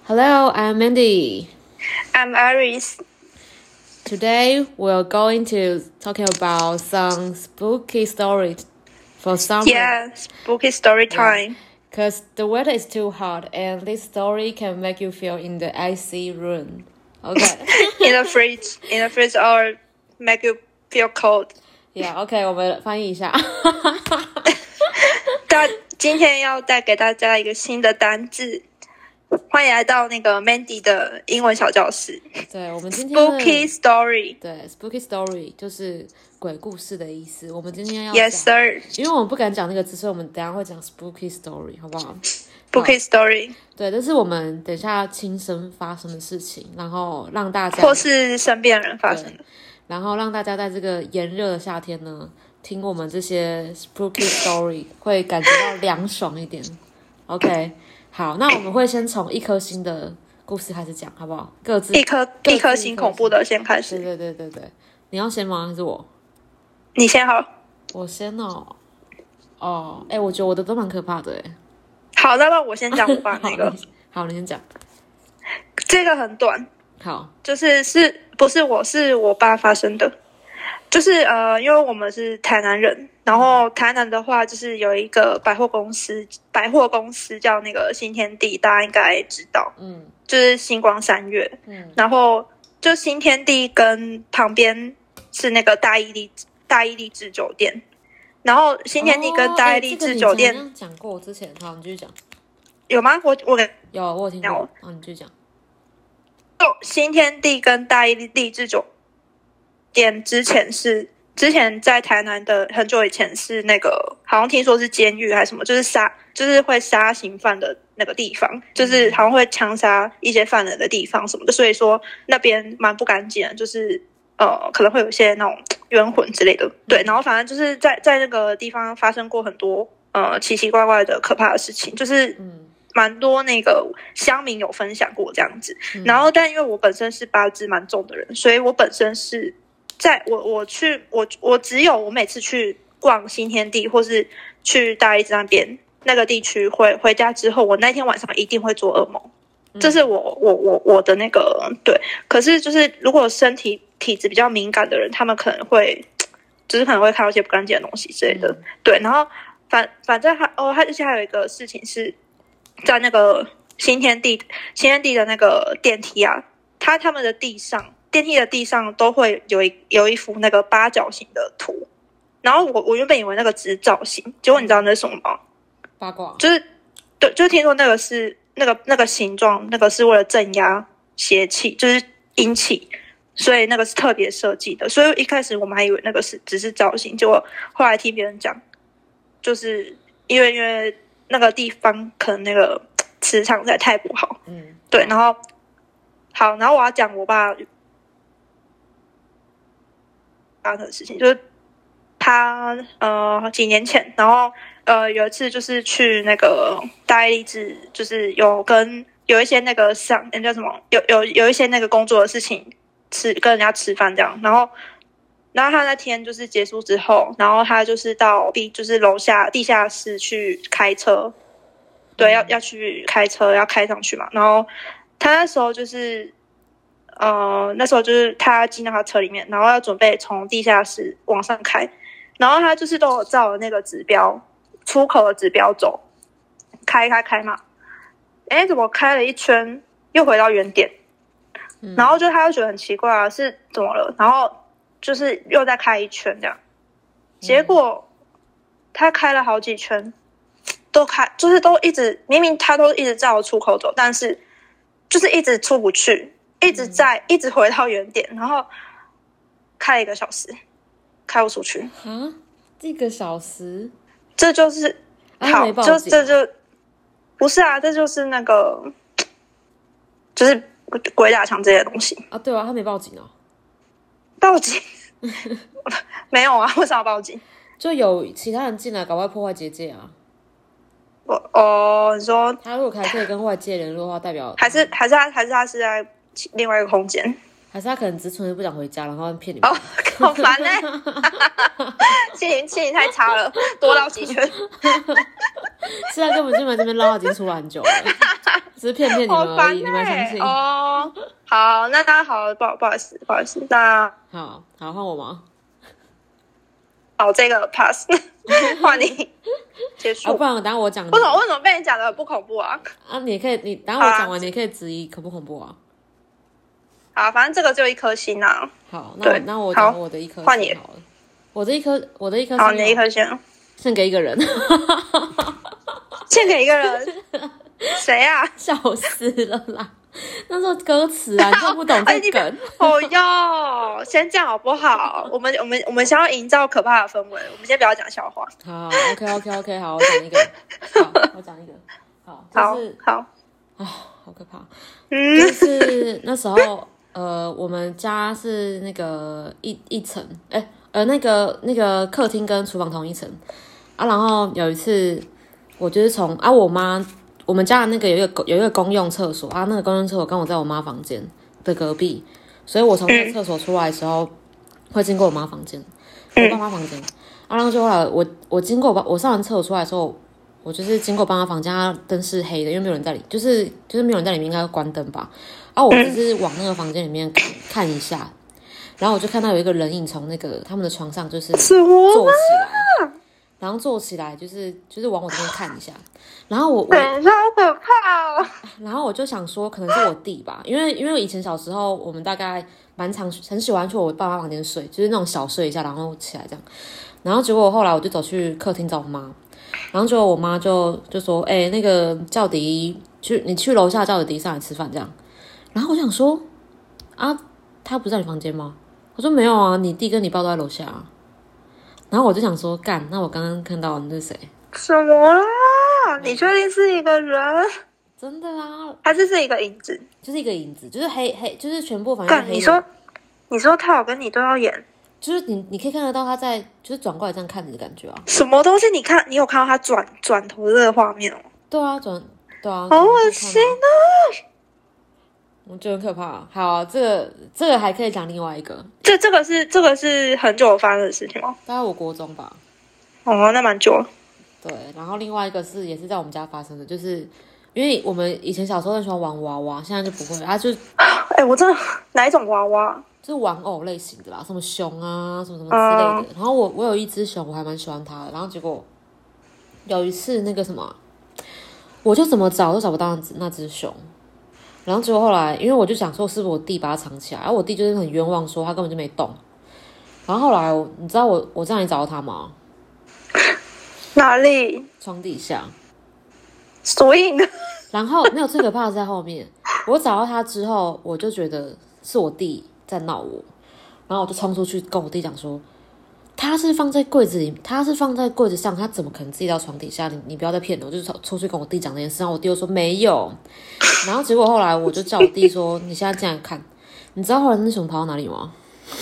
Hello, I'm Mandy. I'm Iris. Today we're going to talk about some spooky stories for summer. Yeah, spooky story time. Because the weather is too hot and this story can make you feel in the icy room. Okay. in the fridge or make you feel cold. Yeah, OK, 我们翻译一下。 今天要带给大家一个新的单字，欢迎来到那个 Mandy 的英文小教室。 对，我们今天 Spooky story。 对 ，spooky story 就是鬼故事的意思。我们今天要 Yes, sir. 因为我们不敢讲那个字，所以我们等一下会讲 spooky story， 好不好 ？Spooky story。 对，这是我们等一下亲身发生的事情，然后让大家或是身边人发生的， 然后让大家在这个炎热的夏天呢，听我们这些 spooky story 会感觉到凉爽一点。OK， 好，那我们会先从一颗星的故事开始讲，好不好？各自一颗星恐怖的先开始。 对，你要先吗？还是我？ 你先好。 我先哦。哦，我觉得我的都蛮可怕的哎。 好，那么我先讲我爸那个。 好，你先讲。 这个很短。 好， 就是不是我爸发生的，就是因为我们是台南人，然后台南的话就是有一个百货公司叫那个新天地，大家应该知道，就是星光三月，然后就新天地跟旁边是那个大义丽致酒店，然后新天地跟大义丽致酒店， 这个你讲过之前，好，你继续讲。 有吗？我有听过，好，你继续讲。 新天地跟大义丽致酒店之前在台南的很久以前是那个好像听说是监狱还是什么，就是会杀刑犯的那个地方，就是好像会枪杀一些犯人的地方什么的，所以说那边蛮不干净的，就是可能会有一些那种冤魂之类的，对，然后反正就是在那个地方发生过很多奇奇怪怪的可怕的事情，就是蛮多那个乡民有分享过这样子，然后但因为我本身是八字蛮重的人，所以我本身是在我只有我每次去逛新天地或是去大义那边那个地区回家之后，我那天晚上一定会做噩梦，这是我的那个对。可是就是如果体质比较敏感的人，他们可能会看到一些不干净的东西之类的，对。然后反正他而且还有一个事情是。在那个新天地的那个电梯啊，他们的电梯的地上都会有一幅那个八角形的图，然后我原本以为那个只是造型，结果你知道那是什么吗？ 八卦， 就是对，就是听说那个是那个形状，那个是为了镇压邪气，就是阴气，所以那个是特别设计的。所以一开始我们还以为那个只是造型，结果后来听别人讲，就是因为那个地方可能那个磁场实在太不好，对，然后我要讲我爸发生的事情，就是他几年前，然后有一次就是去那个大义丽致，就是有一些那个叫什么，有一些那个工作的事情跟人家吃饭这样，然后他那天就是结束之后，然后他就是到就是楼下地下室去开车，对，要去开车，要开上去嘛。然后他那时候就是他进到他车里面，然后要准备从地下室往上开，然后他就是都有照了那个指标出口的指标走，开嘛，怎么开了一圈又回到原点？然后他就觉得很奇怪啊，是怎么了？然后就是又再开一圈这样，结果他开了好几圈，就是都一直明明他都一直照出口走，但是就是一直出不去，一直回到原点，然后开了1个小时，开不出去啊！1个小时， 这就是好，这就不是啊，这就是那个就是鬼打墙这些东西啊。对啊，他没报警哦。 报警？没有啊，为什么要报警？ 就有其他人进来，搞外破坏结界啊。 你说他如果还可以跟外界联络的话，代表还是他是在另外一个空间， 还是他可能只纯粹不想回家，然后骗你们。 好烦欸心情太差了，多绕几圈。 现在根本就没这边绕，已经出来很久了。 只是骗骗你们而已， 好烦欸你们相信？ 哦，好，那好，不好意思，那好换我吗？ 好，这个 pass， 换你结束。 不然等下我讲。 为什么被你讲的不恐怖啊？ 你可以，等下我讲完，你可以质疑恐不恐怖啊？ 好，反正这个就1颗星啊。 好，那我讲我的1颗星好了。我的一颗星。 好，你的1颗星献给一个人。 献给一个人。谁啊？ 笑死了啦！那时候歌词啊，你看不懂这梗。 哦哟，先这样好不好？我们想要营造可怕的氛围，我们先不要讲笑话。 好 ，OK， 好，我讲一个。好，我讲一个。好，就是好， 好可怕。就是那时候，我们家是那个一层，那个客厅跟厨房同一层啊。然后有一次，我就是从我们家的那个有一个公用厕所啊，那个公用厕所刚好在我妈房间的隔壁，所以我从那个厕所出来的时候，会经过我妈房间，我爸妈房间啊。然后就后来我经过我上完厕所出来的时候，我就是经过爸妈房间，灯是黑的，因为没有人在里，就是没有人在里面，应该关灯吧。啊，我只是往那个房间里面看一下，然后我就看到有一个人影从那个他们的床上就是坐起来。然后坐起来，就是往我这边看一下，然后我等一下，好可怕哦！ 然后我就想说，可能是我弟吧，因为以前小时候我们大概很喜欢去我爸妈房间睡，就是那种小睡一下，然后起来这样。然后结果后来我就走去客厅找我妈，然后结果我妈就说：“那个叫迪你去楼下叫迪上来吃饭这样。”然后我想说：“啊，他不在你房间吗？”我说：“没有啊，你弟跟你爸都在楼下啊。”然后我就想说，干，那我刚刚看到的那是谁？ 什么啦？你确定是一个人？ 真的啊？ 还是一个影子？ 就是一个影子，就是黑，就是全部反正黑。 你说他有跟你都要演， 就是你可以看得到他在，就是转过来这样看你的感觉啊。 什么东西？你有看到他转头的这个画面哦？ 对啊，对啊， 好恶心啊！ 我觉得很可怕。好，这个还可以讲另外一个。 这个是很久发生的事情吗？ 大概我国中吧。 哦，那蛮久了。 对，然后另外一个也是在我们家发生的，就是因为我们以前小时候很喜欢玩娃娃，现在就不会。他就， 我真的哪一种娃娃？ 就是玩偶类型的啦，什么熊啊，什么之类的。然后我有一只熊，我还蛮喜欢它的。然后结果有一次那个什么，我就怎么找都找不到那只熊。然后结果后来，因为我就想说是不是我弟把它藏起来，然后我弟就是很冤枉，说他根本就没动。然后后来你知道我在哪里找到他吗？ 哪里？ 床底下。 所以呢？ 然后没有，最可怕的是在后面。我找到他之后，我就觉得是我弟在闹我，然后我就冲出去跟我弟讲说，他是放在柜子里，他是放在柜子上，他怎么可能自己到床底下？你不要再骗我！我就出去跟我弟讲这件事，然后我弟就说没有。然后结果后来我就叫我弟说，你现在进来看，你知道后来那熊跑到哪里吗？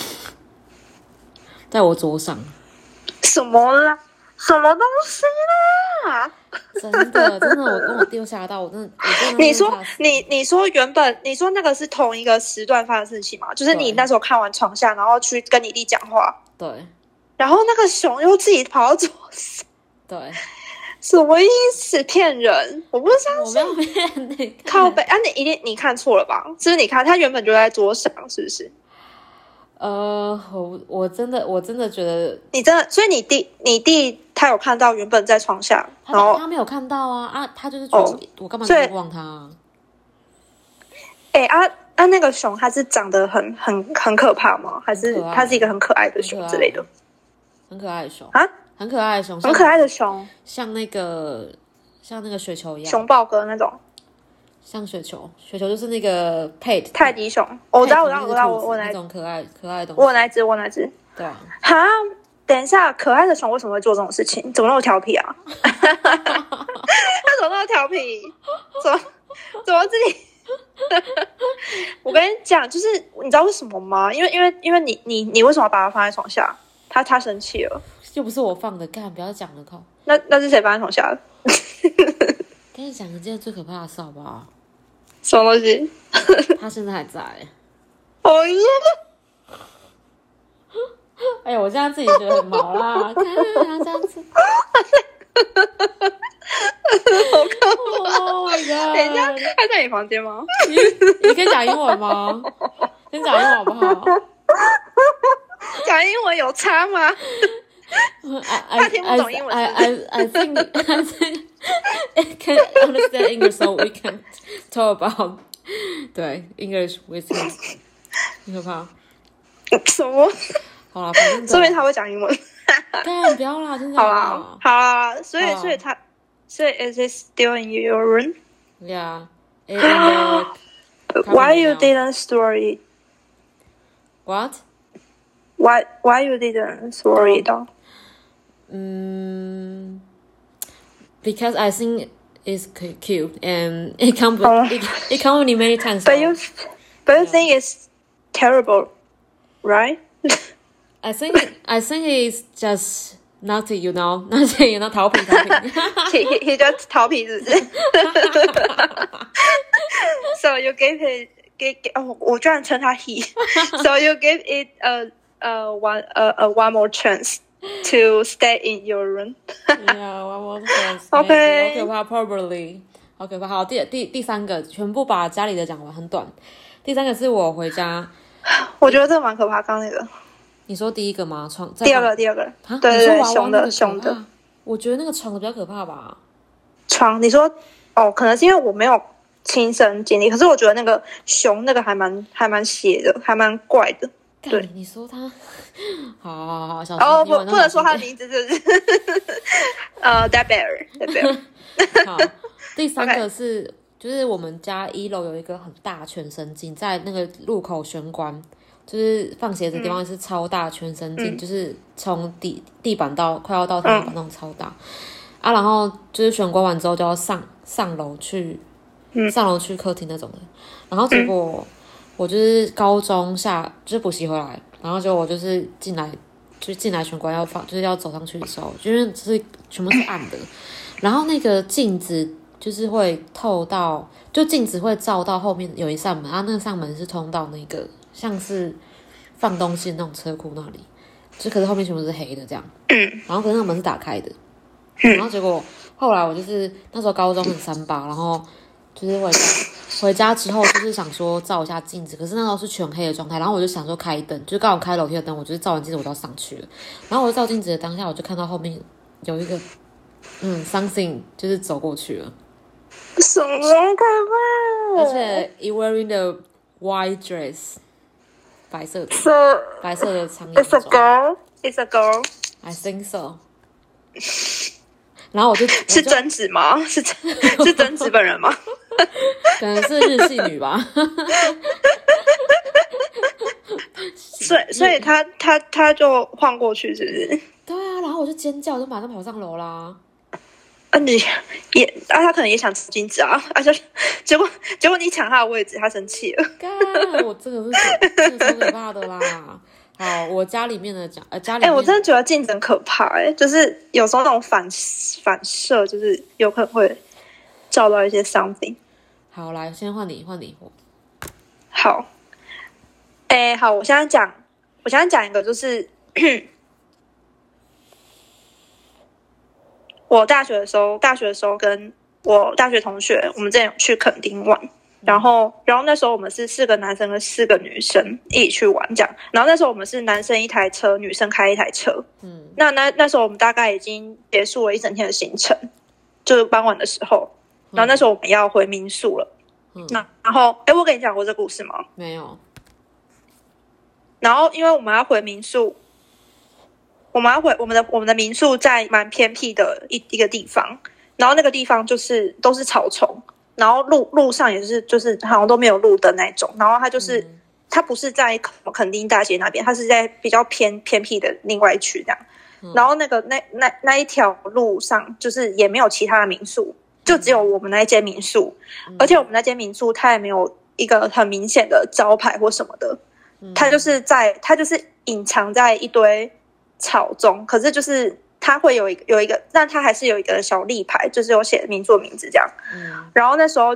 在我桌上。 什么啦？什么东西啦？ 真的，我跟我弟吓到，我真的。 你说原本你说那个是同一个时段发生的事情吗？就是你那时候看完床下，然后去跟你弟讲话， 对， 然后那个熊又自己跑到桌上， 对， 什么意思？骗人！我不相信， 我没有骗你。 靠北啊！你看错了吧？是不是？你看他原本就在桌上，是不是？ 我真的觉得你真的，所以你弟他有看到原本在床下，然后他没有看到啊，他就是觉得我干嘛冤枉他啊？ 那个熊它是长得很可怕吗？还是它是一个很可爱的熊之类的？ 很可爱的熊啊， 很可爱的熊， 很可爱的熊， 像那个雪球一样， 熊抱哥那种。 像雪球就是那个泰迪熊，我知道，我那种可爱的东西， 我哪只， 对啊。 哈，等一下，可爱的熊为什么会做这种事情？怎么那么调皮啊？他怎么那么调皮？怎么自己？我跟你讲，就是你知道为什么吗？因为你为什么要把它放在床下？他生气了， 又不是我放的，干不要讲了，靠。 那是谁放在床下的？ 跟你讲一件最可怕的事好不好？ 什么东西？ 他现在还在。 哦耶！ 哎呀，我现在自己觉得很毛啦，看他这样子， 好可怕！ Oh my god！ 等一下，他在你房间吗？ 你可以讲英文吗？先讲英文好不好？ 讲英文有差吗？他听不懂英文。 I think I can understand English, so we can talk about 对 English with him。很可怕。 什么？ 好啦，反正说明他会讲英文。 干不要啦，真的。 好啦，好啦，所以is it still in your room? Yeah. Why you didn't store it? What? Why you didn't store it down? Because I think it's cute and it comes it comes with me many times. But you think it's terrible, right? I think it's just nothing, you know, nothing, you know, 逃避。 he just 逃避是不是？So you gave it我居然称他 he. So you gave it one more chance to stay in your room. Yeah, one more chance. Okay. 好可怕 ，probably 好可怕。好，第三个全部把家里的讲完，很短。第三个是我回家， 我觉得这蛮可怕。刚那个， 你说第一个吗？床。 第二个， 啊， 对对， 熊的。我觉得那个床的比较可怕吧。 床，你说哦，可能是因为我没有亲身经历，可是我觉得那个熊那个还蛮邪的，还蛮怪的。对， 你说他，好，小心。不能说他的名字，就是that bear。 好，第三个是，就是我们家一楼有一个很大全身镜，在那个入口玄关，就是放鞋子的地方是超大全身镜，就是从地板到快要到天花板那种超大啊。然后就是玄关完之后就要上楼去，上楼去客厅那种的。然后结果我就是高中就是补习回来，然后结果我就是进来玄关要放，就是要走上去的时候，因为是全部是暗的，然后那个镜子就是会透到，就镜子会照到后面有一扇门，然后那个扇门是通到那个像是放东西的那种车库那里，就可是后面全部是黑的这样，然后可是那个门是打开的，然后结果后来我就是那时候高中很3八，然后就是回家之后就是想说照一下镜子，可是那时候是全黑的状态，然后我就想说开灯，就是刚好开楼梯的灯，我就是照完镜子我就要上去了，然后我就照镜子的当下，我就看到后面有一个something 就是走过去了， 什么可怕？ 而且 he wearing the white dress， 白色的长衣。 It's a girl. It's a girl. I think so. 然后我就是贞子吗？是贞子本人吗？ 可能是日系女吧。 所以他就晃过去，是不是？ 对啊，然后我就尖叫，就马上跑上楼啦。 他可能也想吃金子啊，结果你抢他的位置，他生气了。 干，我这个是超可怕的啦。好，我家里面的家里面， 我真的觉得镜子很可怕，就是有时候那种反射，就是有可能会照到一些 something。 好，来，先换你。 好，好，我现在讲一个，就是我大学的时候跟我大学同学，我们之前有去垦丁玩。然后那时候我们是4个男生跟4个女生一起去玩这样，然后那时候我们是男生1台车，女生开1台车。那时候我们大概已经结束了一整天的行程，就是傍晚的时候，然后那时候我们要回民宿了。然后我跟你讲过这故事吗？ 没有。 然后因为我们要回民宿，我们的民宿在蛮偏僻的一个地方，然后那个地方就是都是草丛。然后路上也是，就是好像都没有路的那种。然后它就是，它不是在垦丁大街那边，它是在比较偏僻的另外一区这样。然后那一条路上，就是也没有其他的民宿，就只有我们那一间民宿。而且我们那间民宿它也没有一个很明显的招牌或什么的，它就是隐藏在一堆草中，可是就是它会有一个，但它还是有一个小立牌，就是有写民宿名字这样。然后那时候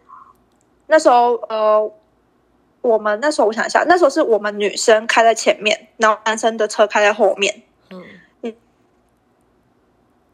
我想一下，那时候是我们女生开在前面，然后男生的车开在后面。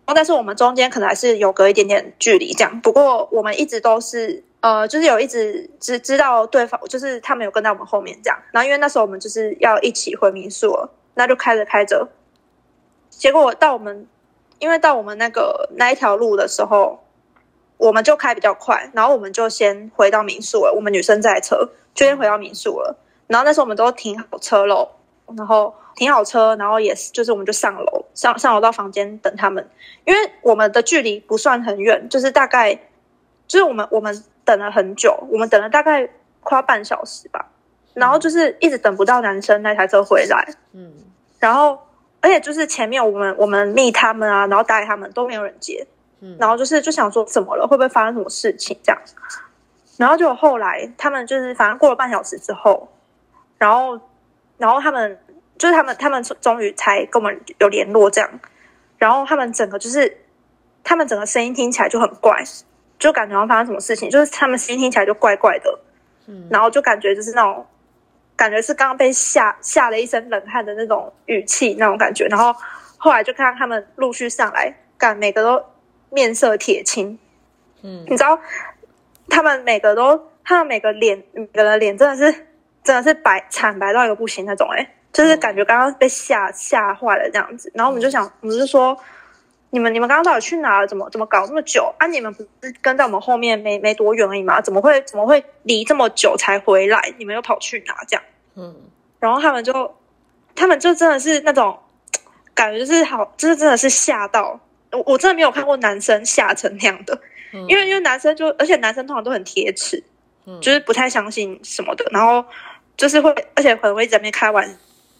但是我们中间可能还是有隔一点点距离这样。不过我们一直都是就是有一直知道对方，就是他们有跟在我们后面这样。然后因为那时候我们就是要一起回民宿了，那就开着，结果因为到我们那一条路的时候，我们就开比较快，然后我们就先回到民宿了。我们女生在车就先回到民宿了。然后那时候我们都停好车喽，然后停好车，然后也是就是我们就上楼到房间等他们，因为我们的距离不算很远，就是大概就是我们等了很久，我们等了大概快要半小时吧，然后就是一直等不到男生那台车回来，然后而且就是前面我们密他们啊，然后打给他们都没有人接，然后就想说怎么了，会不会发生什么事情这样，然后就后来他们就是反正过了半小时之后，然后他们终于才跟我们有联络这样，然后他们整个声音听起来就很怪，就感觉好像发生什么事情，就是他们声音听起来就怪怪的，然后就感觉就是那种感觉是刚刚被吓了一身冷汗的那种语气那种感觉，然后后来就看到他们陆续上来，每个都面色铁青，你知道他们每个脸真的是惨白到一个不行那种就是感觉刚刚被吓坏了这样子。然后我们就说你们刚刚到底去哪了？怎么搞这么久啊？你们不是跟在我们后面没多远而已吗？怎么会离这么久才回来？你们又跑去哪这样？然后他们就真的是那种感觉就是就是真的是吓到我真的没有看过男生吓成那样的，因为男生而且男生通常都很铁齿，就是不太相信什么的，然后就是而且很会在那边开玩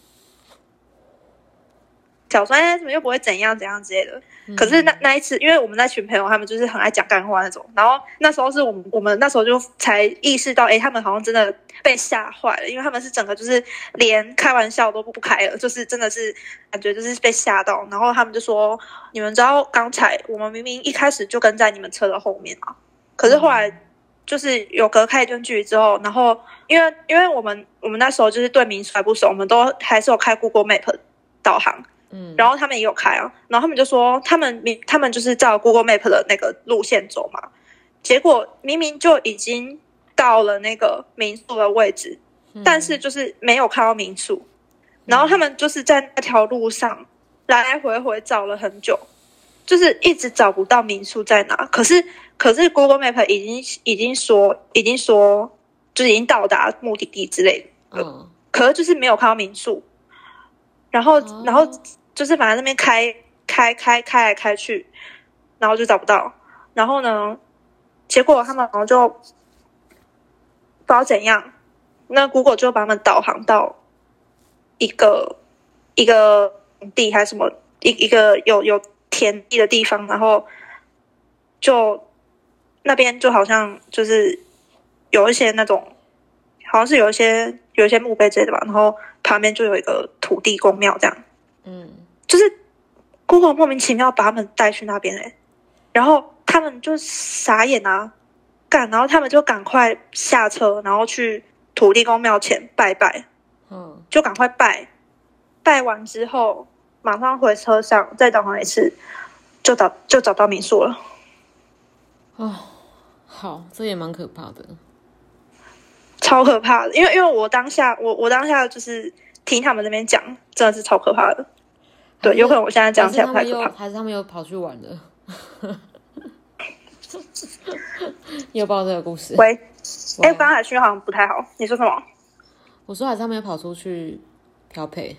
笑说怎么又不会怎样之类的。可是那一次，因为我们那群朋友他们就是很爱讲干话那种，然后那时候是我们那时候就才意识到他们好像真的被吓坏了，因为他们是整个就是连开玩笑都不开了，就是真的是感觉就是被吓到。然后他们就说你们知道刚才我们明明一开始就跟在你们车的后面啊，可是后来就是有隔开一段距离之后，然后因为我们那时候就是对民宿还不熟，我们都还是有开 Google Map 导航，然后他们也有开啊，然后他们就说他们就是照 Google Map 的那个路线走嘛，结果明明就已经到了那个民宿的位置，但是就是没有看到民宿，然后他们就是在那条路上来来回回找了很久，就是一直找不到民宿在哪。可是 Google Map 已经说就是已经到达目的地之类的，可是就是没有看到民宿，然后就是反正那边开来开去，然后就找不到。然后呢，结果他们好像就不知道怎样，那 Google 就把他们导航到一个地还是什么一个有田地的地方，然后就那边就好像就是有一些那种好像是有一些墓碑之类的吧，然后旁边就有一个土地公庙这样。就是 Google 莫名其妙把他们带去那边然后他们就傻眼啊，然后他们就赶快下车，然后去土地公庙前拜拜，就赶快拜完之后，马上回车上再导航一次，就找到民宿了。 好，这也蛮可怕的， 超可怕的，因为我当下就是听他们那边讲，真的是超可怕的。对，有可能我现在讲起来不太可怕， 还是他们又跑去玩了。你有报这个故事？ 喂，刚刚海讯好像不太好，你说什么？ 我说还是他们又跑出去调配。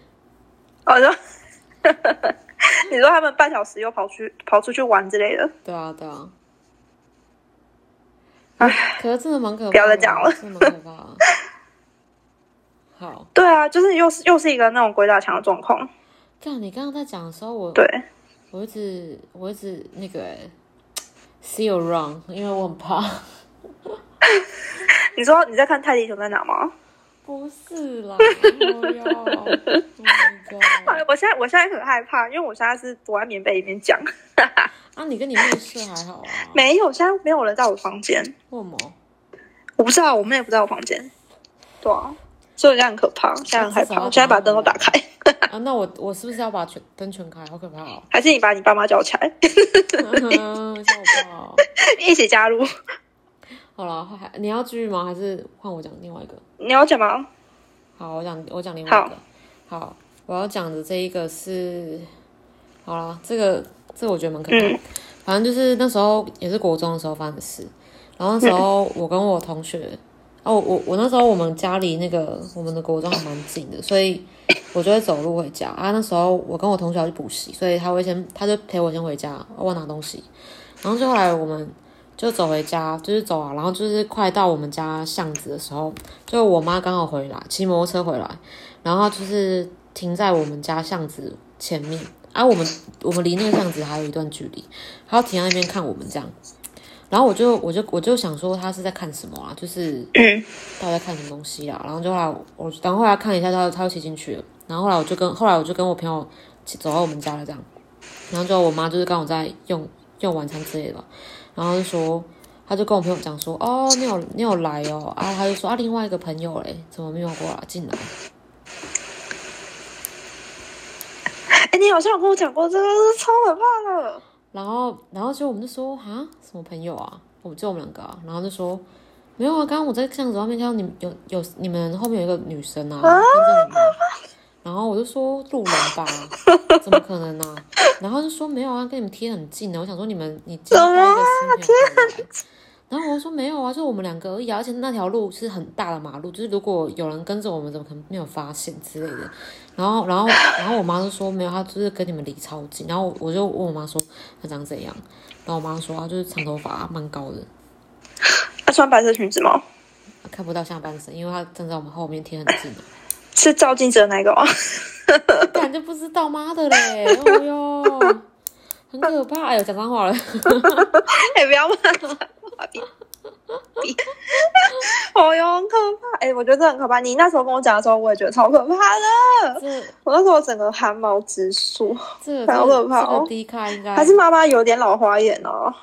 你说他们半小时又跑出去玩之类的？ 对啊。可是真的蛮可怕的， 不要再讲了， 真的蛮可怕的。好， 对啊，就是又是一个那种鬼打墙的状况。 你刚刚在讲的时候，我一直那个see you wrong， 因为我很怕。 你说你在看泰迪熊在哪吗？ 不是啦， 我现在很害怕，因为我现在是躲在棉被里面讲。 你跟你妹睡还好啊？ 没有，现在没有人在我房间。 为什么？ 我不知道，我妹也不在我房间。对啊，所以我现在很可怕，现在很害怕，我现在把灯都打开。 啊，那我是不是要把灯全开？好可怕哦！ 还是你把你爸妈叫起来， 笑爆！ 一起加入。 好了，你要继续吗？还是换我讲另外一个？ 你要讲吗？ 好，我讲另外一个。好，我要讲的这一个是，好了，这个我觉得蛮可怕的。反正就是那时候也是国中的时候发生的事，然后那时候我跟我同学，我那时候我们家离那个我们的国中还蛮近的，所以我就会走路回家啊。那时候我跟我同学要去补习，所以他就陪我先回家，我拿东西，然后就后来我们就走回家，就是走啊，然后就是快到我们家巷子的时候，就我妈刚好回来，骑摩托车回来，然后就是停在我们家巷子前面啊，我们离那个巷子还有一段距离，她要停在那边看我们这样，然后我就想说她是在看什么啊，就是到底在看什么东西啊，然后就后来看了一下，她又骑进去了，然后后来我就跟我朋友走到我们家了这样，然后就我妈就是刚好在用晚餐之类的吧。然后他就跟我朋友讲说，哦，你有来哦，啊，他就说啊，另外一个朋友嘞，怎么没有过来进来？ 你好像有跟我讲过这个，超可怕的。 然后就我们就说啊，什么朋友啊？我们两个啊，然后就说没有啊，刚刚我在巷子外面看到你们后面有一个女生啊，跟着你们。然后我就说路人吧，怎么可能啊？然后就说没有啊，跟你们贴很近的。我想说你今天带一个新朋友来，然后我说没有啊，就我们两个而已啊。而且那条路是很大的马路，就是如果有人跟着我们，怎么可能没有发现之类的。然后我妈就说没有，她就是跟你们离超近。然后我就问我妈说她长怎样，然后我妈说她就是长头发，蛮高的。 她穿白色裙子吗？ 看不到下半身，因为她站在我们后面贴很近。 是照镜子的那个吗？ 感觉不知道，妈的嘞！哦哟，很可怕！哎呦，讲脏话了。 不要骂脏话，哦哟，很可怕！我觉得这很可怕。你那时候跟我讲的时候，我也觉得超可怕的。我那时候整个汗毛直竖，好可怕哦。 低卡应该还是妈妈有点老花眼哦。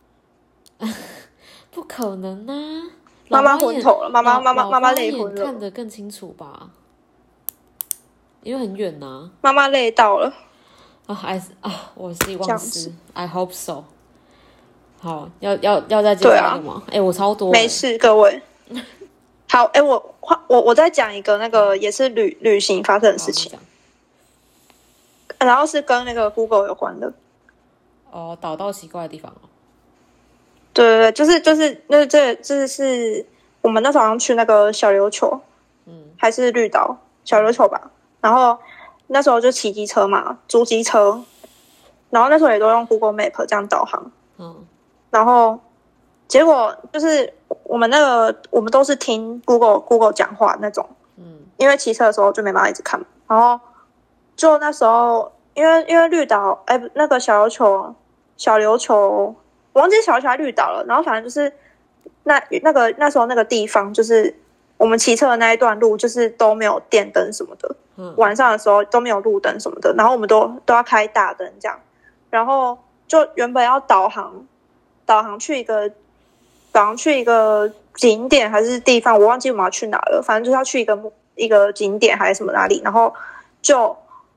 不可能啊！ 妈妈昏头了，妈妈累昏了， 看得更清楚吧？因为很远呐， 妈妈累到了我希望是 I hope so。好，要再介绍一个吗？我超多。 没事，各位。好，我再讲一个那个也是旅行发生的事情，然后是跟那个 Google 有关的。 哦，导到奇怪的地方哦。 对，就是那这是我们那时候好像去那个小琉球，还是绿岛小琉球吧。然后那时候就骑机车嘛，租机车，然后那时候也都用 Google Map 这样导航。然后结果就是我们都是听 Google 讲话那种。因为骑车的时候就没办法一直看。然后就那时候因为绿岛那个小琉球。我忘记小琉球还绿岛了，然后反正就是那时候那个地方，就是我们骑车的那一段路，就是都没有电灯什么的，晚上的时候都没有路灯什么的，然后我们都要开大灯这样，然后就原本要导航去一个景点还是地方，我忘记我们要去哪了，反正就是要去一个景点还是什么哪里，然后就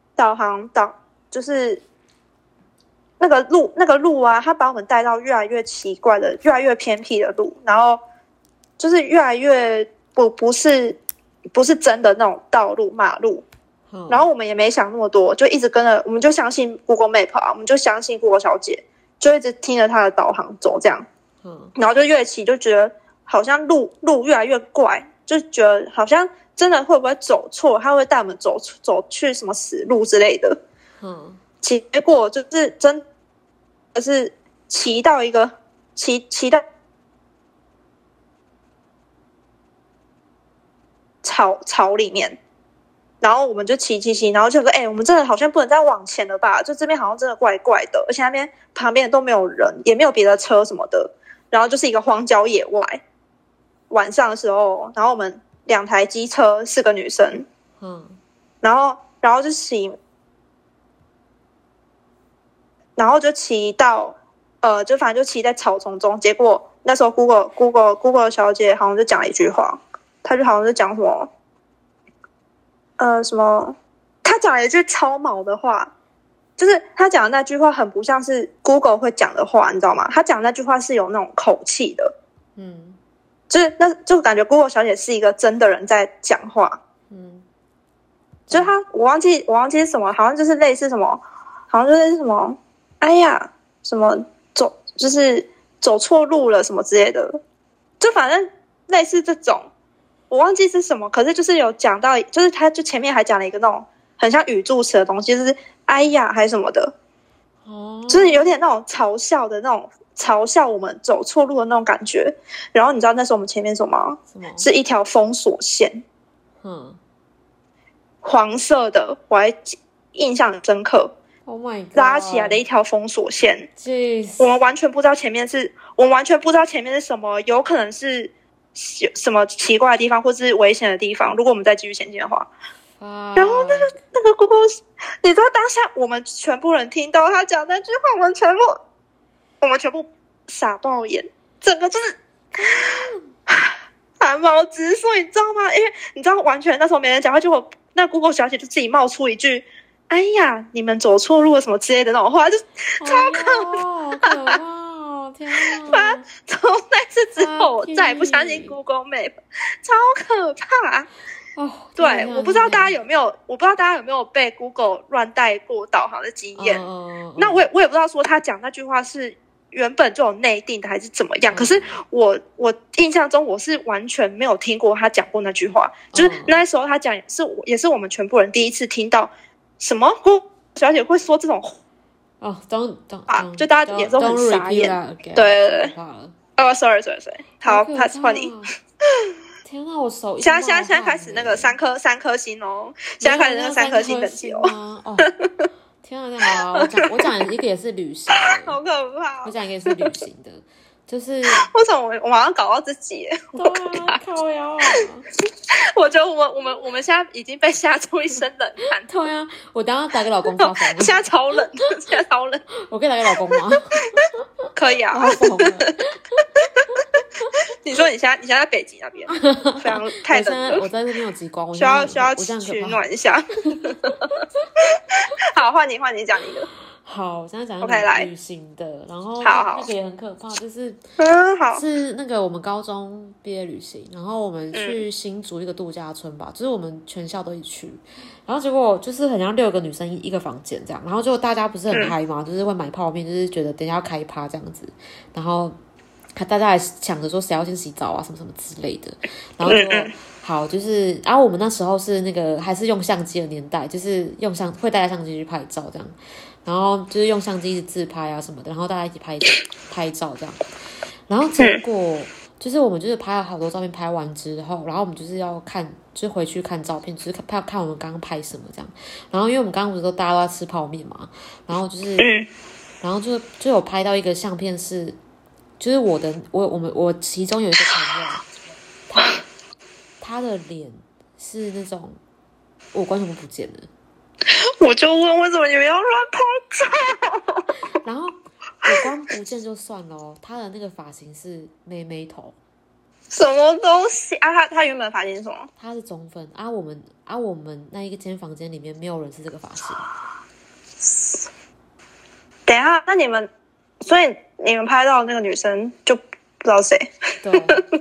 就是那个路啊，他把我们带到越来越奇怪的、越来越偏僻的路，然后就是越来越不是真的那种道路马路。然后我们也没想那么多，就一直跟着，我们就相信 Google Map 啊，我们就相信 Google 小姐，就一直听着她的导航走这样。然后就越骑就觉得好像路越来越怪，就觉得好像真的会不会走错，他会带我们走去什么死路之类的。结果就是真的是骑到一个骑到草里面，然后我们就骑，然后就说我们真的好像不能再往前了吧，就这边好像真的怪怪的，而且那边旁边都没有人，也没有别的车什么的，然后就是一个荒郊野外。晚上的时候，然后我们2台机车，4个女生，然后就骑。然后就骑到就反正就骑在草丛中，结果那时候 Google 小姐好像就讲了一句话，她就好像是讲什么什么他讲了一句超毛的话，就是他讲的那句话很不像是 Google 会讲的话，你知道吗？他讲的那句话是有那种口气的，就是那就感觉 Google 小姐是一个真的人在讲话，就是我忘记是什么，好像就是类似什么，好像就是什么，哎呀，什么就是走错路了什么之类的，就反正类似这种，我忘记是什么，可是就是有讲到，就是他就前面还讲了一个那种很像语助词的东西，就是哎呀还是什么的，就是有点那种嘲笑的那种。嘲笑我们走错路的那种感觉，然后你知道那时候我们前面什么吗？是一条封锁线，黄色的，我还印象很深刻。 Oh my god！ 拉起来的一条封锁线， 我们完全不知道前面是什么，有可能是什么奇怪的地方，或是危险的地方。如果我们再继续前进的话，然后那个 Google， 你知道当下我们全部人听到他讲那句话，我们全部傻爆眼，整个就是汗毛直竖，你知道吗？因为你知道，完全那时候没人讲话，结果那 Google 小姐就自己冒出一句：“哎呀，你们走错路了什么之类的那种话，就超可怕！天哪！ 从那次之后，我再也不相信 Google Map， 超可怕。”对，我不知道大家有没有被 Google 乱带过导航的经验。那我也不知道说他讲那句话是原本就有内定的还是怎么样。可是我印象中我是完全没有听过他讲过那句话，就是那时候他讲也是我们全部人第一次听到什么小姐会说这种就大家也都很傻眼。对，sorry， 好，换你。 天哪，我手现在开始那个三颗星哦，现在开始那个3颗星等级哦。 天啊，好，我讲一个也是旅行的， 好可怕。 我讲一个也是旅行的，就是为什么我马上搞到自己？ 对啊，靠腰啊！ 我觉得我们现在已经被吓出一身冷汗。 对啊，我等一下打给老公发疯。 现在超冷， 我可以打给老公吗？ 可以啊。你说你现在在北极那边，非常太冷了。 我在这边有极光，我需要取暖一下。好，换你讲你的。 好，我现在讲一个旅行的，然后那个也很可怕，就是是那个我们高中毕业旅行，然后我们去新竹一个度假村吧，就是我们全校都一起去，然后结果就是很像6个女生一个房间这样，然后就大家不是很嗨嘛，就是会买泡面，就是觉得等一下要开趴这样子，然后大家还抢着说谁要先洗澡啊什么什么之类的，然后就好就是然后我们那时候是那个还是用相机的年代，就是会带相机去拍照这样，然后就是用相机一直自拍啊什么的，然后大家一起拍照这样，然后结果就是我们就是拍了好多照片，拍完之后，然后我们就是要看，就是回去看照片，就是看我们刚刚拍什么这样，然后因为我们刚刚不是大家都在吃泡面嘛，然后就是然后就有拍到一个相片是。就是我其中有一个朋友，他的脸是那种五官全部不见了， 我就问为什么你们要乱拍照？ 然后五官不见就算了，他的那个发型是妹妹头， 什么东西啊？他原本发型是什么？ 他是中分啊，我们那一间房间里面没有人是这个发型。 等一下，那所以你们拍到的那个女生就不知道谁？ 对，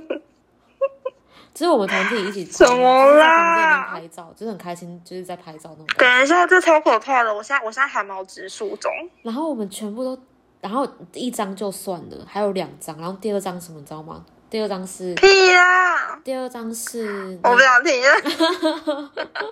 就是我们团体一起什么啦？ 拍照，就是很开心，就是在拍照那种。 等一下，这超可怕的！我现在汗毛直竖中。 然后我们全部都，然后1张就算了，还有2张，然后第2张什么你知道吗？第2张是屁呀！ 第2张是我不想听了，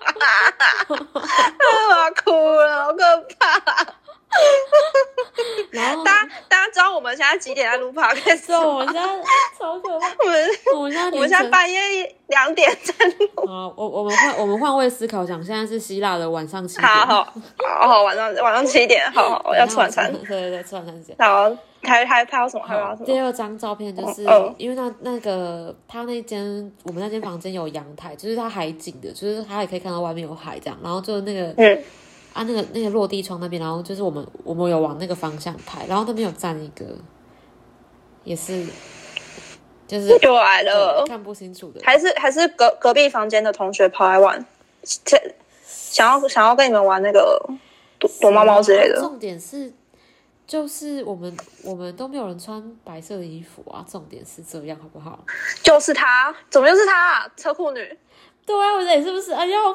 我要哭了，好可怕。 然后大家知道我们现在几点在录 podcast？ 对，我们现在超可怕。我们现在半夜2点在录。 我们换位思考，想现在是希腊的晚上7点。 好，晚上7点，好，要吃晚餐。 对，吃晚餐时间。 好，还拍到什么？还有什么？ 第2张照片就是因为那个他我们那间房间有阳台，就是它海景的，就是它也可以看到外面有海这样，然后就那个那个落地窗那边，然后就是我们有往那个方向拍，然后那边有站一个，也是就是又来了， 看不清楚的， 还是隔壁房间的同学跑来玩， 想要跟你们玩那个躲猫猫之类的。 重点是，就是我们都没有人穿白色的衣服啊，重点是这样，好不好？ 就是他，怎么又是他、啊？车库女。 对啊，我觉得你是不是？哎呀，好可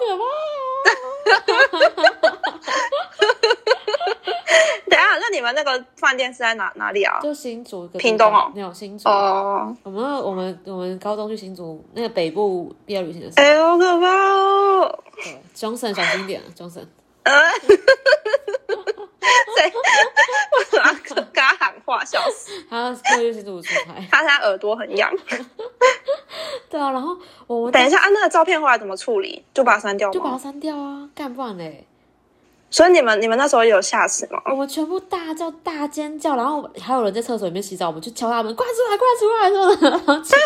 怕、啊！ 等一下，那你们那个饭店是在哪里啊？ 就新竹一个屏东哦， 没有新竹哦。 我们高中去新竹那个北部毕业旅行的时候， 哎呦，好可怕哦！ 对，Johnson 小心点 ，Johnson。 谁？为什么要跟他喊话？笑死！ 他过去新竹出差， 他现在耳朵很痒。 对啊，然后我们等一下啊，那个照片后来怎么处理？就把它删掉吗？ 就把它删掉啊，干不然嘞。 所以你们那时候有吓死吗？ 我们全部大叫大尖叫，然后还有人在厕所里面洗澡，我们就敲他们，快出来，说的。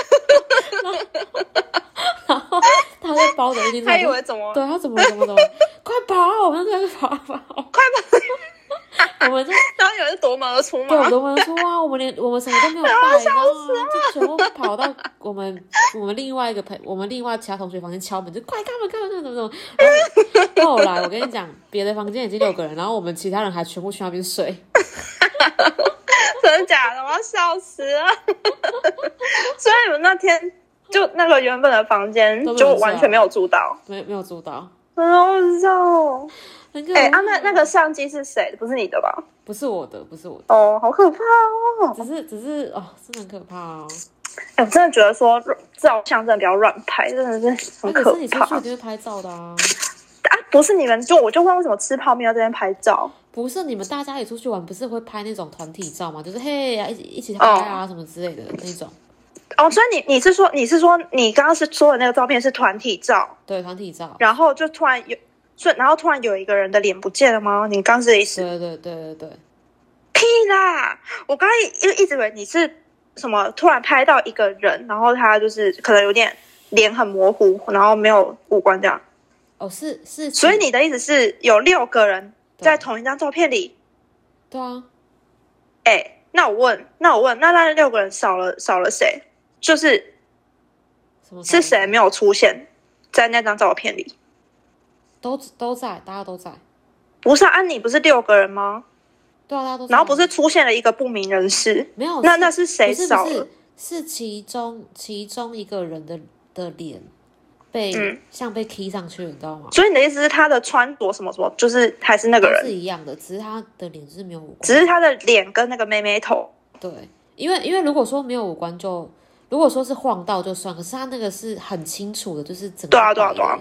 然后他就包着一定， 他以为怎么？ 对，他怎么，快跑！我们就在跑， 快跑！ 我们就然后有人夺门而出吗？ 对，夺门而出啊！我们什么都没有带，然后就全部跑到我们另外其他同学房间敲门，就快开门，怎么。后来我跟你讲，别的房间已经6个人，然后我们其他人还全部去那边睡。 真的假的？我要笑死了！所以你们那天就那个原本的房间就完全没有住到， 没有住到， 很好笑哦。那个相机是谁的？不是你的吧？ 不是我的。 哦，好可怕哦！ 只是哦，真的很可怕哦。 我真的觉得说照相真的不要乱拍，真的是很可怕。 可是你出去一定会拍照的啊！ 不是你们我就问为什么吃泡面要在这边拍照？ 不是你们大家一起出去玩，不是会拍那种团体照吗？就是嘿呀，一起拍啊什么之类的那种。 哦，所以你是说你刚刚是说的那个照片是团体照？ 对，团体照。 然后就突然有一个人的脸不见了吗？你刚是这意思？ 对。 屁啦！我刚刚一直以为你是什么突然拍到一个人，然后他就是可能有点脸很模糊，然后没有五官这样。 哦，是。 所以你的意思是有6个人在同一张照片里？ 对啊。 那我问，那6个人少了谁？就是是谁没有出现在那张照片里？ 都在，大家都在。 不是啊，你不是6个人吗？ 对啊，大家都在。 然后不是出现了一个不明人士？ 没有。 那是谁少了？ 是其中一个人的脸像被 key 上去了，你知道吗？ 所以你的意思是他的穿着什么什么，就是还是那个人是一样的，只是他的脸就是没有五官， 只是他的脸跟那个妹妹头。 对，因为如果说没有五官如果说是晃到就算，可是他那个是很清楚的，就是整个对啊。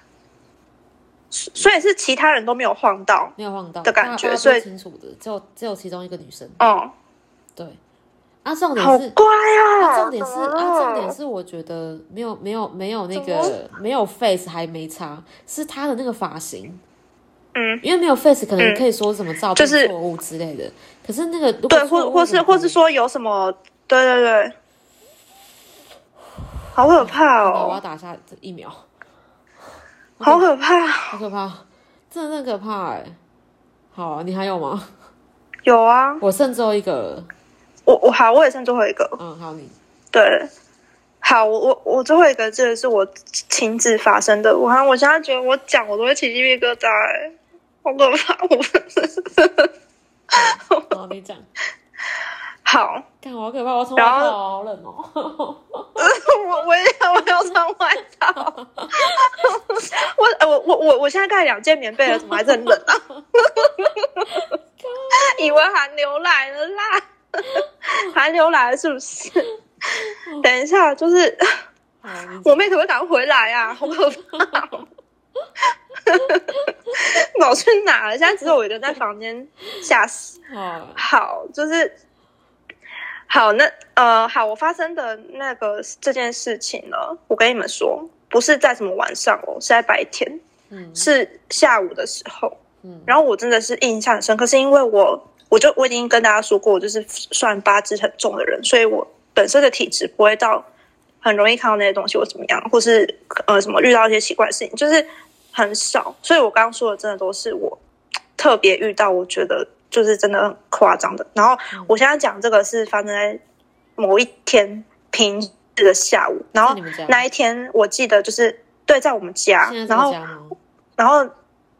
所以是其他人都没有晃到的感觉，所以清楚的只有其中一个女生。对。重点是好乖啊！ 重点是我觉得没有那个没有 face 还没差，是他的那个发型。因为没有 face 可能可以说什么照片错误之类的，可是那个对，或是说有什么，对，好可怕哦！ 我要打下这1秒， 好可怕， 真的很可怕好，你还有吗？ 有啊， 我剩最后一个了。 我也剩最后一个。 好，你对， 好，我最后一个这个是我亲自发生的，我现在觉得我讲我都会起鸡皮疙瘩，好可怕！ 好，你讲。 好， 干好可怕！我穿外套好冷哦。 我要穿外套。我现在盖2件棉被了，怎么还是很冷啊？以为寒流来了啦。寒流来了是不是？等一下，就是我妹可不可以赶快回来啊？好可怕！跑去哪了？现在只有我一个人在房间，吓死！好，就是好，好，我发生的这件事情呢，我跟你们说，不是在什么晚上哦，是在白天，是下午的时候。然后我真的是印象很深刻，是因为我已经跟大家说过，我就是算八字很重的人，所以我本身的体质不会到很容易看到那些东西或怎么样，或是什么遇到一些奇怪的事情，就是很少。所以我刚刚说的真的都是我特别遇到，我觉得就是真的很夸张的。然后我现在讲这个是发生在某一天平日的下午，然后那一天我记得就是对，在我们家，然后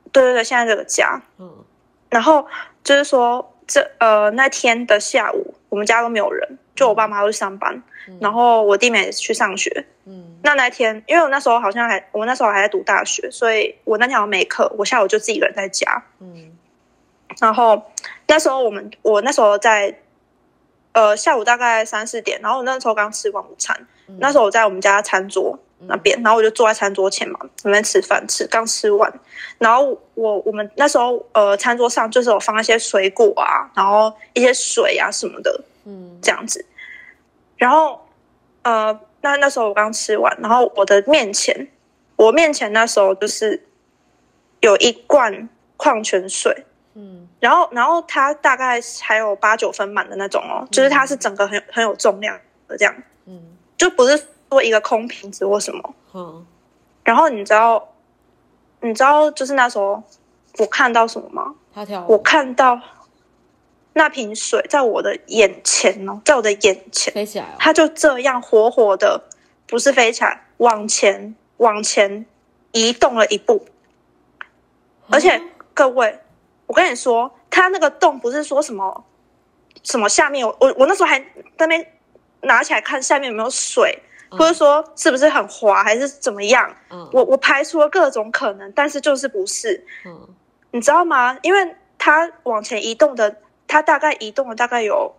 对对对，现在这个家。然后就是说那天的下午，我们家都没有人，就我爸妈都去上班，然后我弟妹也是去上学。那天，因为我那时候还在读大学，所以我那天好像没课，我下午就自己一个人在家。然后那时候我那时候在下午大概3-4点，然后我那时候刚吃完午餐，那时候我在我们家餐桌那边，然后我就坐在餐桌前嘛，那边吃饭，刚吃完，然后我们那时候餐桌上就是有放一些水果啊，然后一些水啊什么的，这样子。然后那时候我刚吃完，然后我面前那时候就是有一罐矿泉水，然后它大概还有8-9分满的那种哦，就是它是整个很有重量的这样，就不是说一个空瓶子或什么。然后你知道就是那时候我看到什么吗？我看到那瓶水在我的眼前哦，在我的眼前飞起来它就这样活活的，不是飞起来，往前移动了一步。而且各位，我跟你说，它那个洞不是说什么下面有我那时候还在那边拿起来看下面有没有水，或者说是不是很滑还是怎么样。我排除了各种可能，但是就是不是。你知道吗？因为它往前移动的，它大概移动了大概有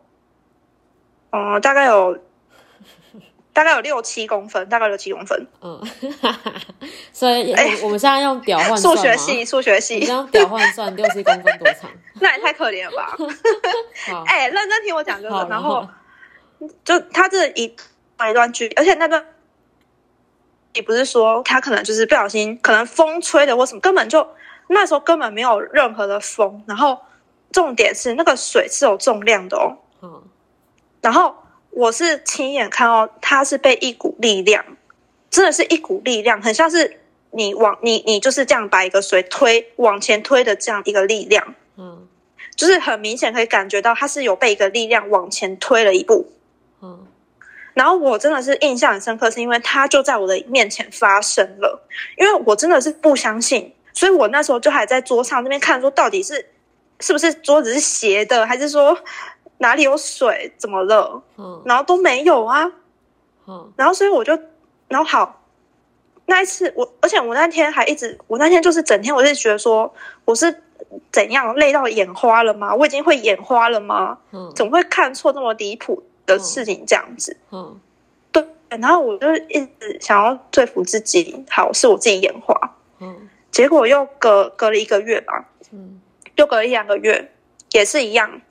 6-7公分，大概6-7公分。 所以我们现在用表换算吗？ 数学系， 你这样表换算6-7公分多长？ 那也太可怜了吧！认真听我讲这个，然后就他这一段距离，而且那段也不是说他可能就是不小心，可能风吹的或什么，根本就那时候根本没有任何的风，然后重点是那个水是有重量的哦。然后我是亲眼看到它是被一股力量，真的是一股力量，很像是你就是这样把一个水往前推的这样一个力量。就是很明显可以感觉到它是有被一个力量往前推了一步。然后我真的是印象很深刻，是因为它就在我的面前发生了，因为我真的是不相信，所以我那时候就还在桌上那边看说到底是不是桌子是斜的，还是说哪里有水怎么了。然后都没有啊。然后所以然后好，那一次而且我那天就是整天我是觉得说我是怎样累到眼花了吗？我已经会眼花了吗？怎么会看错这么离谱的事情这样子。对，然后我就一直想要说服自己，好，是我自己眼花。结果又隔了1个月吧。又隔了1-2个月，也是一样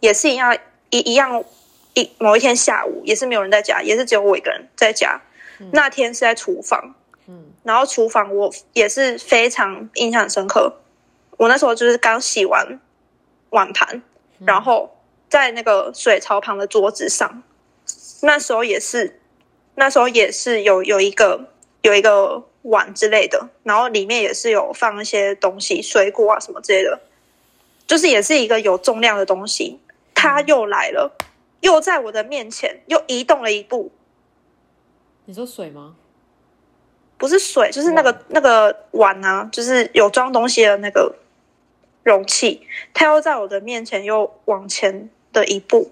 某一天下午也是没有人在家，也是只有我一个人在家。那天是在厨房。然后厨房我也是非常印象深刻，我那时候就是刚洗完碗盘，然后在那个水槽旁的桌子上，那时候也是有一个碗之类的，然后里面也是有放一些东西，水果啊什么之类的，就是也是一个有重量的东西。它又来了，又在我的面前又移动了一步。 你说水吗？ 不是水，就是那个碗啊，就是有装东西的那个容器，它又在我的面前又往前的一步。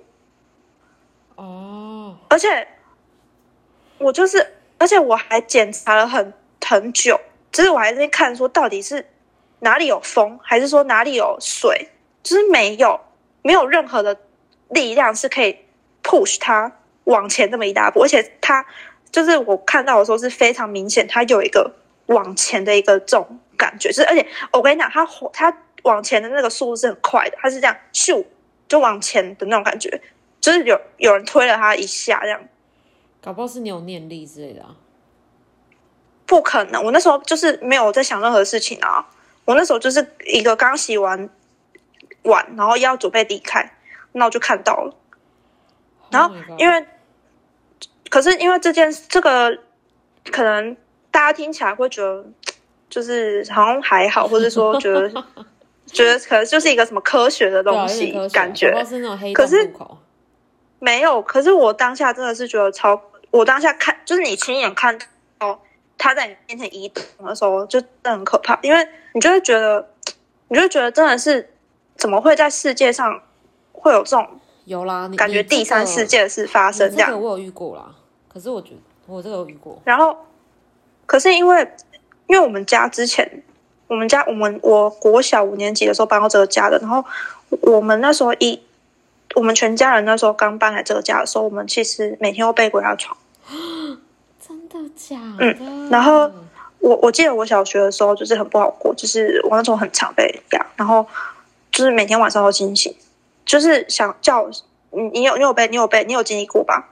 而且我还检查了很久，就是我还在看说到底是哪里有风，还是说哪里有水，就是没有任何的力量是可以 push 它往前这么一大步，而且它就是我看到的时候是非常明显，它有一个往前的一个这种感觉，就是而且我跟你讲，它往前的那个速度是很快的，它是这样咻就往前的那种感觉，就是有人推了它一下这样。 搞不好是你有念力之类的啊。 不可能，我那时候就是没有在想任何事情啊，我那时候就是一个刚洗完碗，然后要准备离开，那我就看到了。然后可是因为这个可能大家听起来会觉得就是好像还好，或者说觉得可能就是一个什么科学的东西，感觉是那种黑洞入口。 没有，可是我当下真的是觉得我当下看就是你亲眼看到他在你面前移动的时候，就真的很可怕，因为你就会觉得你就觉得真的是怎么会在世界上会有这种有啦， 感觉第三世界的事发生这样。 这个我有遇过啦，可是我觉得我这个有遇过。 然后，可是因为我们家之前，我国小5年级的时候搬到这个家的，然后我们那时候我们全家人那时候刚搬来这个家的时候，我们其实每天都被鬼压床。 真的假的？ 然后我记得我小学的时候就是很不好过，就是我那时候很常被压，然后就是每天晚上都惊醒，就是想叫你有经历过吧？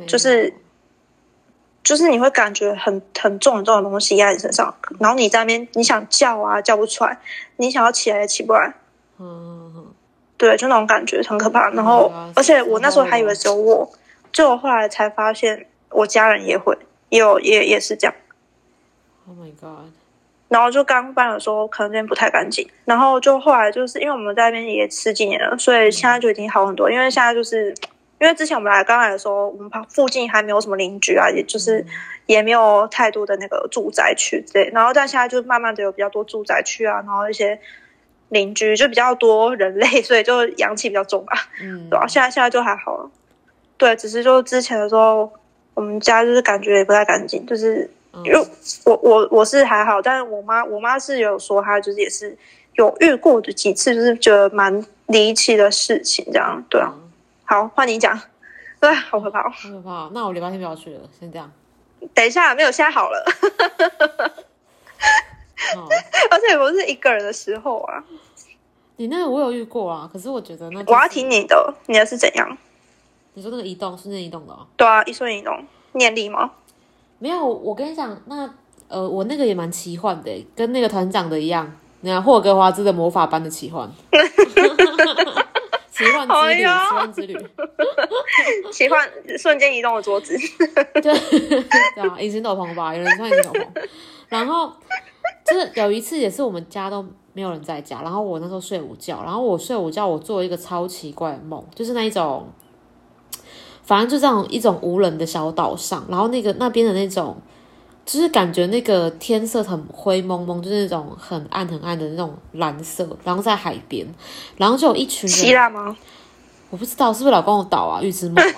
就是你会感觉很重的东西压在你身上，然后你在那边你想叫啊叫不出来，你想要起来也起不来。对，就那种感觉很可怕。然后而且我那时候还以为只有我，就我后来才发现我家人也会也是这样。 Oh my god！ 然后就刚搬的时候可能那边不太干净，然后就后来就是因为我们在那边也10几年了，所以现在就已经好很多。因为现在就是因为之前我们刚来的时候，我们附近还没有什么邻居啊，也就是也没有太多的那个住宅区之类。然后但现在就慢慢的有比较多住宅区啊，然后一些邻居就比较多人类，所以就阳气比较重吧。对吧？现在就还好了。对，只是就之前的时候，我们家就是感觉也不太干净，就是因为我是还好，但是我妈是有说她就是也是有遇过的几次，就是觉得蛮离奇的事情这样。对啊。好，换你讲。对，好可怕哦， 好可怕。那我礼拜天不要去了，先这样。 等一下，没有，现在好了。而且不是一个人的时候啊。 你那个我有遇过啊，可是我觉得那、 我要听你的是怎样？ 你说那个移动瞬间移动的哦？ 对啊，一瞬移动，念力吗？ 没有，我跟你讲，那我那个也蛮奇幻的，跟那个团长的一样，你看霍格华兹的魔法般的奇幻。奇幻之旅，奇幻之旅， 奇幻瞬间移动的桌子。 对啊，隐形斗篷吧，有人穿隐形斗篷。然后就是有一次也是我们家都没有人在家，然后我那时候睡午觉，然后我睡午觉，我做了一个超奇怪的梦，就是那一种，反正就这样一种无人的小岛上，然后那边的那种。就是感觉那个天色很灰蒙蒙，就是那种很暗很暗的那种蓝色，然后在海边，然后就有一群人。 希腊吗？ 我不知道是不是老公的岛啊，预知梦啊。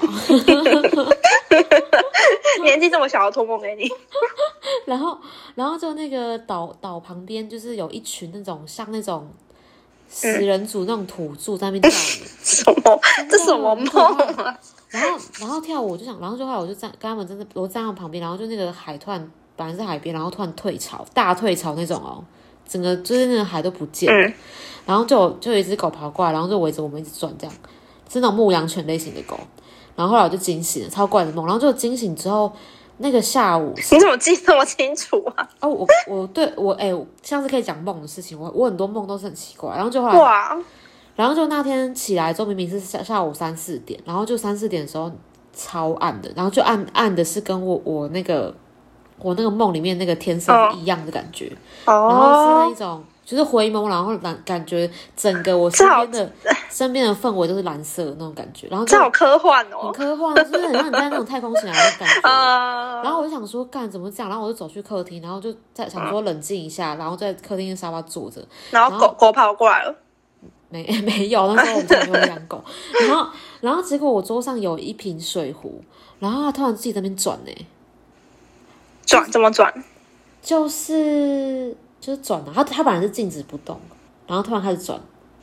年纪这么小的托梦给你。 然后就那个岛旁边就是有一群那种像那种食人族那种土著在那边跳舞。 什么？这什么梦啊？ 然后跳舞我就想，然后就后来我就跟他们我站在旁边，然后就那个海突然本来是海边，然后突然退潮，大退潮那种哦，整个就是那个海都不见了，然后就有一只狗跑过来，然后就围着我们一直转，这样是那种牧羊犬类型的狗，然后后来我就惊醒了，超怪的梦，然后就惊醒之后，那个下午你怎么记这么清楚啊？ 哦，我下次可以讲梦的事情，我很多梦都是很奇怪，然后就后来哇。 然后就那天起来之后，明明是下午3、4点，然后就3、4点的时候超暗的，然后就暗的是跟我那个梦里面那个天色是一样的感觉，然后是那一种就是灰蒙，然后感觉整个我身边的氛围都是蓝色的那种感觉，然后这好科幻哦， 很科幻，就是很像你在那种太空醒来的感觉。然后我就想说，干怎么这样？然后我就走去客厅，然后就在想说冷静一下，然后在客厅的沙发坐着， 然后狗跑过来了。 没有，那时候我们没有养狗，然后结果我桌上有一瓶水壶，然后它突然自己在那边转转怎么转？ 就是转了，它本来是静止不动，然后突然开始转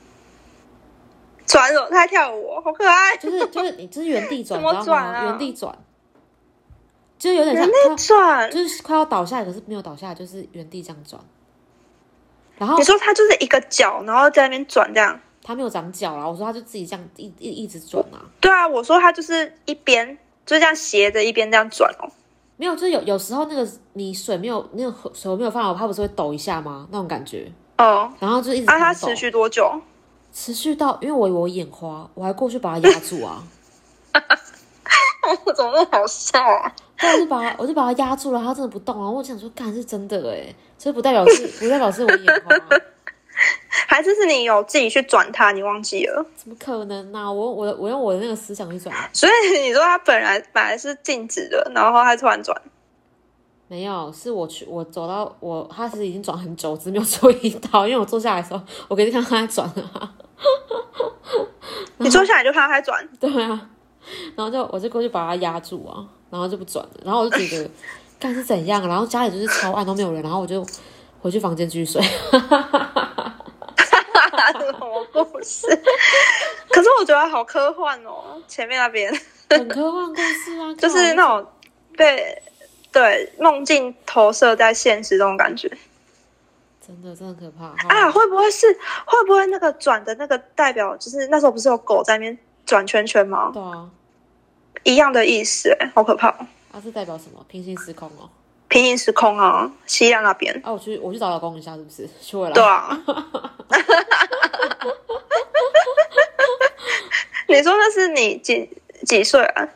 了，它还跳舞，好可爱。 就是你就是原地转， 怎么转啊？ 原地转，就有点像原地转， 就是快要倒下来，可是没有倒下来，就是原地这样转。然后你说它就是一个脚，然后在那边转这样， 它没有长脚啦。我说它就自己这样一直转啊。 对啊，我说它就是一边就这样斜着一边这样转哦。 没有，就是有时候那个你水没有那个水没有放好，它不是会抖一下吗？那种感觉。 哦。 然后就一直它持续多久？ 持续到因为我眼花，我还过去把它压住啊。 我怎么那么好笑啊？ 我就把它压住了，它真的不动。然后我想说，干是真的哎，所以不代表是我眼花， 还是你有自己去转它，你忘记了？ 怎么可能啊？我用我的那个思想去转。 所以你说它本来是静止的，然后它突然转。 没有，是我走到他其实已经转很久，只是没有注意到，因为我坐下来的时候，我可以看到他在转啊。 你坐下来就看他在转？ 对啊，然后我就过去把他压住啊，然后就不转了，然后我就觉得干是怎样，然后家里就是超暗都没有人，然后我就回去房间继续睡。 什么故事？可是我觉得好科幻哦，前面那边很科幻故事啊， 就是那种对梦境投射在现实这种感觉。 真的可怕啊！会不会那个转的那个代表就是那时候不是有狗在那边转圈圈吗？ 对啊， 一样的意思，好可怕哦！ 它是代表什么？平行时空哦。 平行时空啊，西亚那边。 啊，我去找老公一下，是不是？去回来。 对啊。你说那是你几岁啊？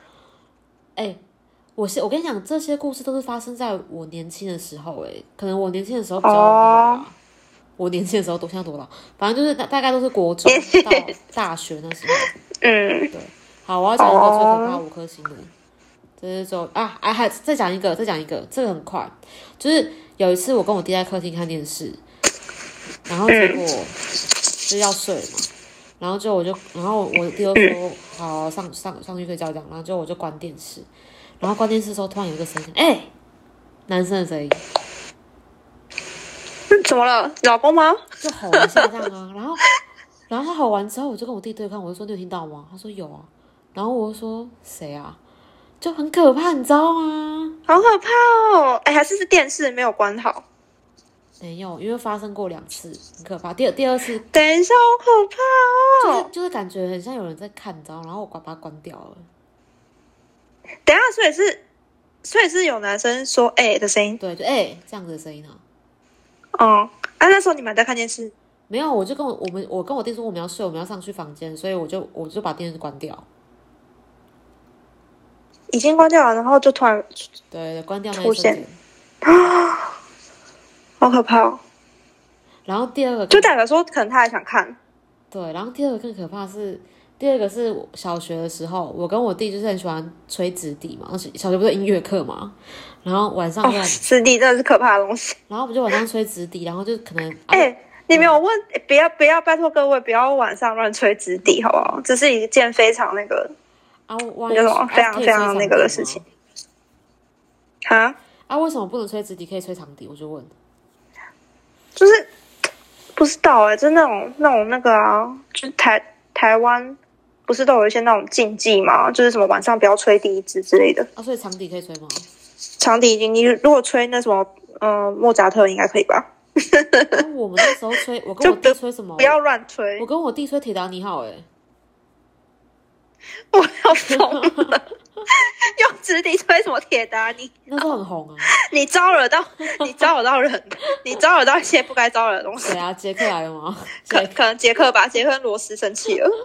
我跟你讲，这些故事都是发生在我年轻的时候，可能我年轻的时候比较老，我年轻的时候现在多老？反正就是大概都是国中到大学那时候。对。好，我要讲一个最可怕5颗星的，这是说还再讲一个，这个很快，就是有一次我跟我弟在客厅看电视，然后结果就要睡嘛，然后我弟就说好上去睡觉这样，然后我就关电视。然后关电视的时候，突然有一个声音，男生的声音， 怎么了？老公吗？ 就吼一下这样啊。然后他吼完之后，我就跟我弟对看，我就说你有听到吗？他说有啊。然后我就说谁啊？就很可怕，你知道吗？ 好可怕哦！还是电视没有关好？ 没有，因为发生过2次，很可怕。第二次， 等一下，好可怕哦！就是感觉很像有人在看，你知道？然后我把它关掉了。 等一下，所以是有男生说的声音， 对，就这样子的声音啊。那时候你们在看电视？ 没有，我跟我弟说我们要睡，我们要上去房间，所以我就把电视关掉。 已经关掉了，然后就突然对关掉那出现，好可怕哦！ 然后第二个就代表说，可能他还想看。 对，然后第二个更可怕是。第二个是小学的时候，我跟我弟就是很喜欢吹直笛嘛，小学不是音乐课嘛，然后晚上直笛真的是可怕的东西。 然后我们就晚上吹直笛，然后就可能你没有问，不要，拜托各位不要晚上乱吹直笛，好不好？这是一件非常那个那什么非常非常那个的事情。 为什么不能吹直笛，可以吹长笛？我就问， 就是不知道就是那种那个啊，就是台湾。不是都有一些那种禁忌吗？就是什么晚上不要吹笛子之类的。 所以长笛可以吹吗？ 长笛你如果吹那什么，莫扎特应该可以吧？ 我们那时候吹，我跟我弟吹什么？ 不要乱吹。 我跟我弟吹铁达尼号， 我要疯了！用直笛吹什么铁达尼？ 那时候很红啊！ 你招惹到人，你招惹到一些不该招惹的东西。 谁啊？杰克来了吗？ 可能杰克吧，杰克跟罗斯生气了。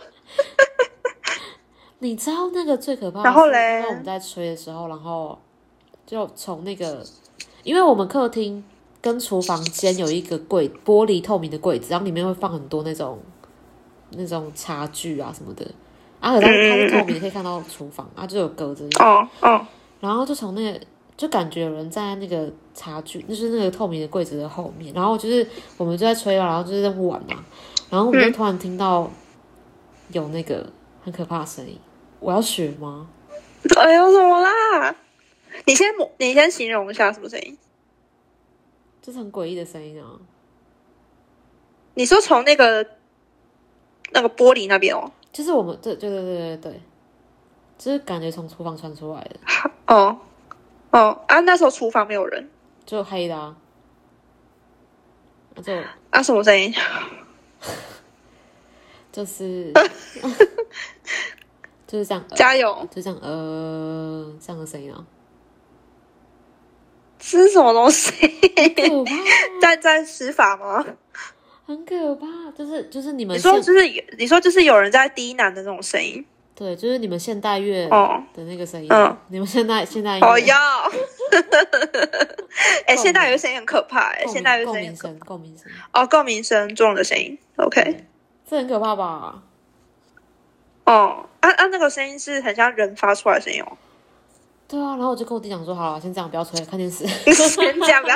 你知道那个最可怕的？ 然后嘞， 因为我们在吹的时候，然后就从那个，因为我们客厅跟厨房间有一个玻璃透明的柜子，然后里面会放很多那种茶具啊什么的。可是它是透明的，可以看到厨房就有隔着。然后就从那个，就感觉有人站在那个茶具，就是那个透明的柜子的后面。然后就是我们就在吹然后就是在玩嘛。然后我们就突然听到有那个很可怕的声音。我要学吗？ 哎呦，怎么啦？你先形容一下什么声音？ 就是很诡异的声音啊！ 你说从那个玻璃那边哦？ 就是我们对，就是感觉从厨房传出来的。 那时候厨房没有人， 就黑的啊。 什么声音？ 就是就是这样， 加油！ 就这样，这样的声音啊。 这是什么东西？ 可怕！ 在施法吗？ 很可怕，就是你们你说就是有人在低喃的那种声音。 对，就是你们现代乐的那个声音。你们现代乐。要。现代乐声音很可怕现代乐声音共鸣声。 共鸣声重的声音。OK。 这很可怕吧？ 那个声音是很像人发出来的声音哦。 对啊，然后我就跟我弟讲说，好了，先这样，不要吹，看电视。 先这样，不要。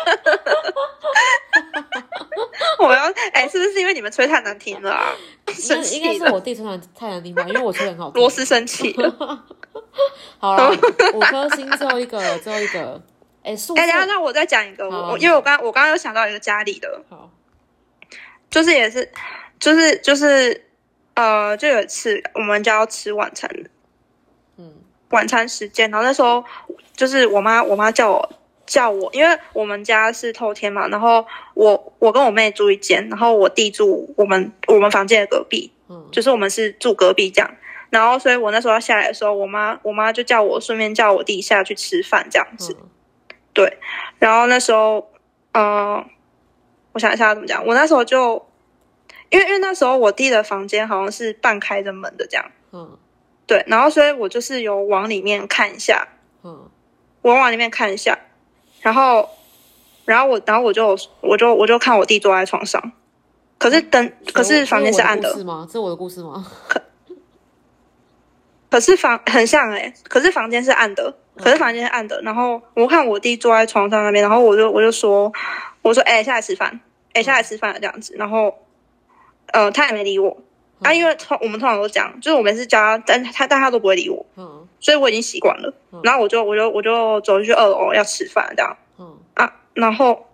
我要是不是因为你们吹太难听了啊？生气应该是我弟吹太难听吧，因为我吹得很好听。 罗斯生气了。 好了，5颗星，最后一个。宿舍。 等一下，那我再讲一个，因为我刚刚有想到一个家里的， 好， 就是也是，就是就有一次我们家要吃晚餐，晚餐时间，然后那时候就是我妈叫我，因为我们家是透天嘛，然后我跟我妹住一间，然后我弟住我们房间的隔壁，就是我们是住隔壁这样，然后所以我那时候要下来的时候，我妈就叫我顺便叫我弟下去吃饭这样子，对，然后那时候我想一下怎么讲，我那时候就因为那时候我弟的房间好像是半开着门的这样，对，然后所以我就是有往里面看一下，我往里面看一下，然后我就看我弟坐在床上，可是房间是暗的， 是吗？这是我的故事吗？ 可是很像可是房间是暗的，然后我看我弟坐在床上那边，然后我就说下来吃饭，下来吃饭了这样子，然后他也没理我。因为我们通常都讲，就是我们是叫他，但他都不会理我，所以我已经习惯了。然后我就走去2楼要吃饭这样，然后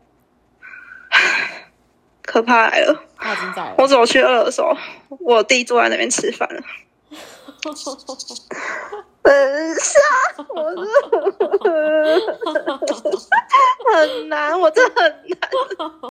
可怕来了， 他已经在了。 我走去2楼的时候，我弟坐在那边吃饭了。我很难，我真的很难。